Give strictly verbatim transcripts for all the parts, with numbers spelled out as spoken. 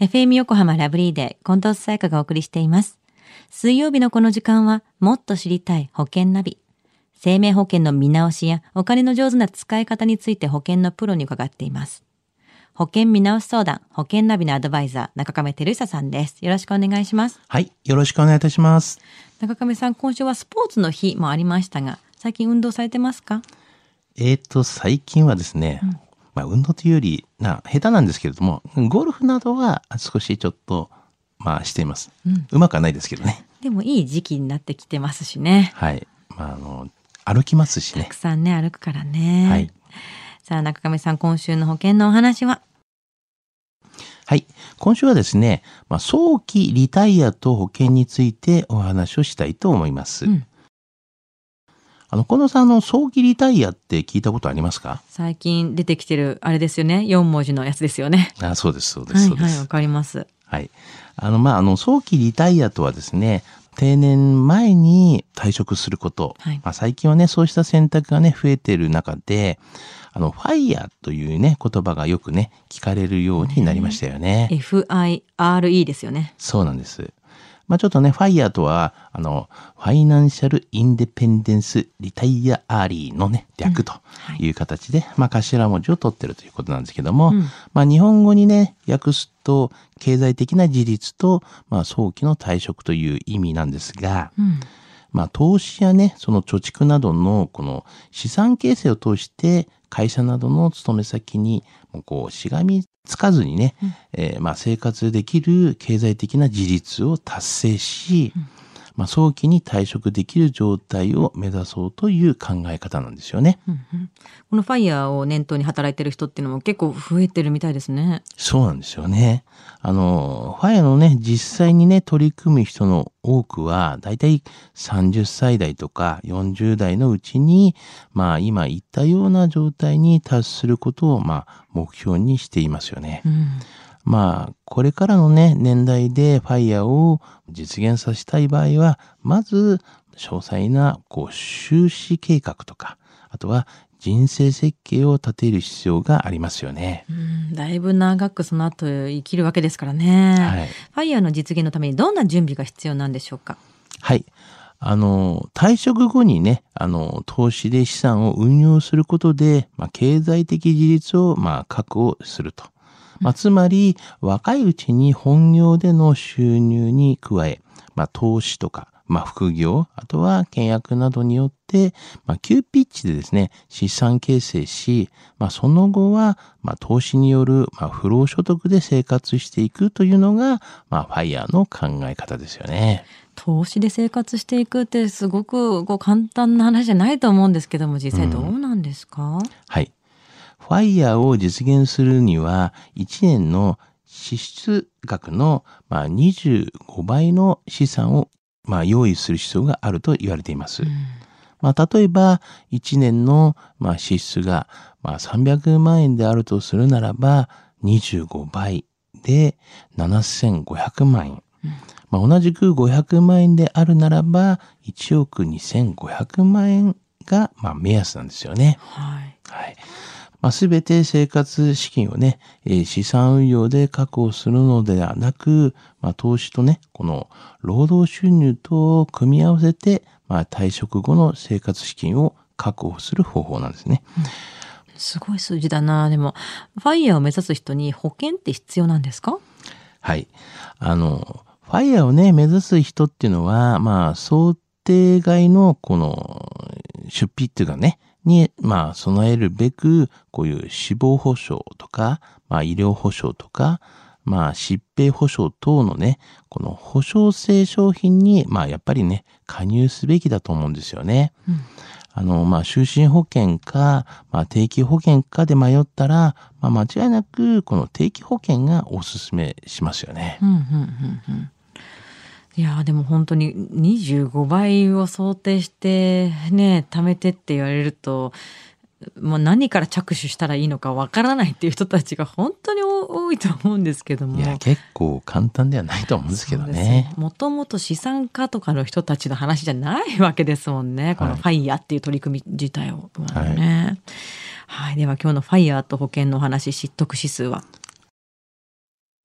エフエム 横浜ラブリーデー、近藤紗友香がお送りしています。水曜日のこの時間は、もっと知りたい保険ナビ。生命保険の見直しやお金の上手な使い方について保険のプロに伺っています。保険見直し相談、保険ナビのアドバイザー、中亀照久さんです。よろしくお願いします。 はい、よろしくお願いいたします。 中亀さん、今週はスポーツの日もありましたが、最近運動されてますか？ えーと、最近はですね、うん、まあ運動というよりな、下手なんですけれども、ゴルフなどは少しちょっと、まあしています。うん、うまくはないですけどね。 でもいい時期になってきてますしね。 はい。まああの、歩きますしね。 たくさんね、歩くからね。 はい。 さあ、中亀さん、今週の保険のお話は？ はい。今週はですね、まあ、早期リタイアと保険についてお話をしたいと思います。うん、あの、近藤さんの早期リタイアって聞いたことありますか？ 最近出てきてる、あれですよね。よん文字のやつですよね。 あ、そうです、そうです、そうです。 はい、はい、わかります。 はい。あの、まあ、あの、早期リタイアとはですね、定年前に退職すること。はい、まあ、最近はね、そうした選択がね、増えている中で、あの、ファイヤーというね、言葉がよくね、聞かれるようになりましたよね。 エフアイアールイー ですよね。 そうなんです。まあ、ちょっとね、ファイヤーとは、あの、ファイナンシャルインデペンデンスリタイアアーリーのね、略という形で、うんはい、まあ、頭文字を取ってるということなんですけども、うん、まあ、日本語にね、訳すと、経済的な自立と、まあ、早期の退職という意味なんですが、うんまあ、投資やね、その貯蓄などのこの資産形成を通して会社などの勤め先にもうこうしがみつかずにね、うんえー、まあ生活できる経済的な自立を達成し、うんまあ、早期に退職できる状態を目指そうという考え方なんですよね。 うんうん、このファイヤーを念頭に働いてる人っていうのも結構増えてるみたいですね。 そうなんですよね。あの、ファイヤーのね、実際にね、取り組む人の多くは、だいたいさんじゅっさい代とかよんじゅう代のうちに、まあ今言ったような状態に達することを、まあ目標にしていますよね。うんまあ、これからのね、年代でファイヤーを実現させたい場合は、まず、詳細な、こう、収支計画とか、あとは人生設計を立てる必要がありますよね。 うんだいぶ長くその後生きるわけですからね。はい、ファイヤーの実現のためにどんな準備が必要なんでしょうか？ はい。あの、退職後にね、あの、投資で資産を運用することで、まあ、経済的自立を、まあ、確保すると。まあ、つまり、若いうちに本業での収入に加え、まあ、投資とか、まあ、副業、あとは倹約などによって、まあ、急ピッチでですね、資産形成し、まあ、その後は、まあ、投資による、まあ、不労所得で生活していくというのが、まあ、ファイヤーの考え方ですよね。 投資で生活していくってすごくこう簡単な話じゃないと思うんですけども、実際どうなんですか？うん、 はい。ファイヤーを実現するには、いちねんの支出額のにじゅうごばいの資産を用意する必要があると言われています。うんまあ、例えば、いちねんの支出がさんびゃくまんえんであるとするならば、にじゅうごばいでななせんごひゃくまんえん。うんまあ、同じくごひゃくまんえんであるならば、いちおくにせんごひゃくまんえんがまあ目安なんですよね。 はい。 はいまあ、全て生活資金をね、えー、資産運用で確保するのではなく、まあ、投資とね、この労働収入とを組み合わせて、まあ、退職後の生活資金を確保する方法なんですね。 うん、すごい数字だな。でも、ファイヤーを目指す人に保険って必要なんですか？ はい。あの、ファイヤーをね、目指す人っていうのは、まあ、想定外のこの出費っていうかね、に、まあ、備えるべく、こういう死亡保障とか、まあ、医療保障とか、まあ、疾病保障等のね、この保障性商品に、まあ、やっぱりね、加入すべきだと思うんですよね。うん、あの、まあ、就寝保険か、まあ、定期保険かで迷ったら、まあ、間違いなく、この定期保険がおすすめしますよね。 うんうんうんうんいやでも本当ににじゅうごばいを想定してね貯めてって言われるともう何から着手したらいいのかわからないっていう人たちが本当に多いと思うんですけども。 いや結構簡単ではないと思うんですけどね。 もともと資産家とかの人たちの話じゃないわけですもんね、このファイヤーっていう取り組み自体をね。はい、はい、では今日のファイヤーと保険のお話、知得指数は？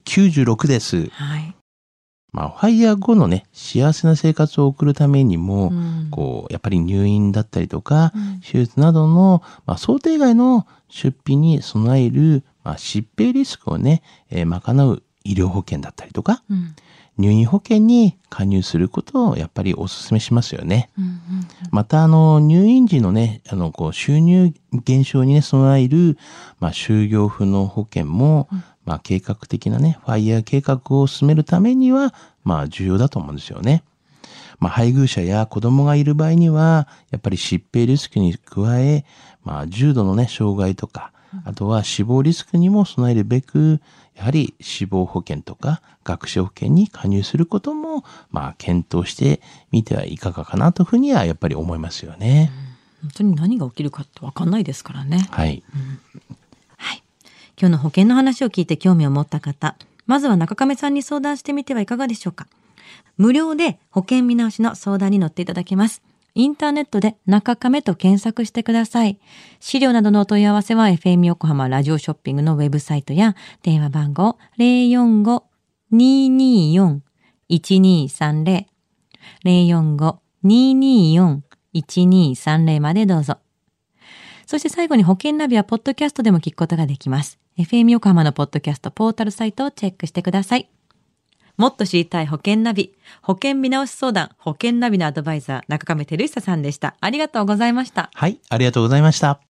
きゅうじゅうろくです。 はい。 まあ、ファイヤー後のね、幸せな生活を送るためにも、 うん、 こう、やっぱり入院だったりとか、 うん、 手術などの、まあ、想定外の出費に備える、まあ、疾病リスクをね、えー、賄う医療保険だったりとか、 うん、 入院保険に加入することをやっぱりお勧めしますよね。 うんうん、 また、あの、入院時のね、あの、こう、収入減少にね、備える、まあ、就業不能保険も、うん、まあ、計画的なね、ファイヤー計画を進めるためには、まあ、重要だと思うんですよね。まあ、配偶者や子供がいる場合には、やっぱり疾病リスクに加え、まあ、重度のね、障害とか、あとは死亡リスクにも備えるべく、やはり死亡保険とか学資保険に加入することも、まあ、検討してみてはいかがかなというふうにはやっぱり思いますよね。 うん、本当に何が起きるかって分かんないですからね。 はい。 うん、はい。今日の保険の話を聞いて興味を持った方、まずは中亀さんに相談してみてはいかがでしょうか。無料で保険見直しの相談に乗っていただけます。インターネットで中亀と検索してください。資料などのお問い合わせは エフエム 横浜ラジオショッピングのウェブサイトや電話番号 ゼロよんご にーにーよん いちにーさんゼロ ゼロよんご にーにーよん いちにーさんゼロ までどうぞ。そして最後に保険ナビはポッドキャストでも聞くことができます。エフエム 横浜のポッドキャストポータルサイトをチェックしてください。もっと知りたい保険ナビ、保険見直し相談、保険ナビのアドバイザー、中亀照久さんでした。ありがとうございました。 はい、ありがとうございました。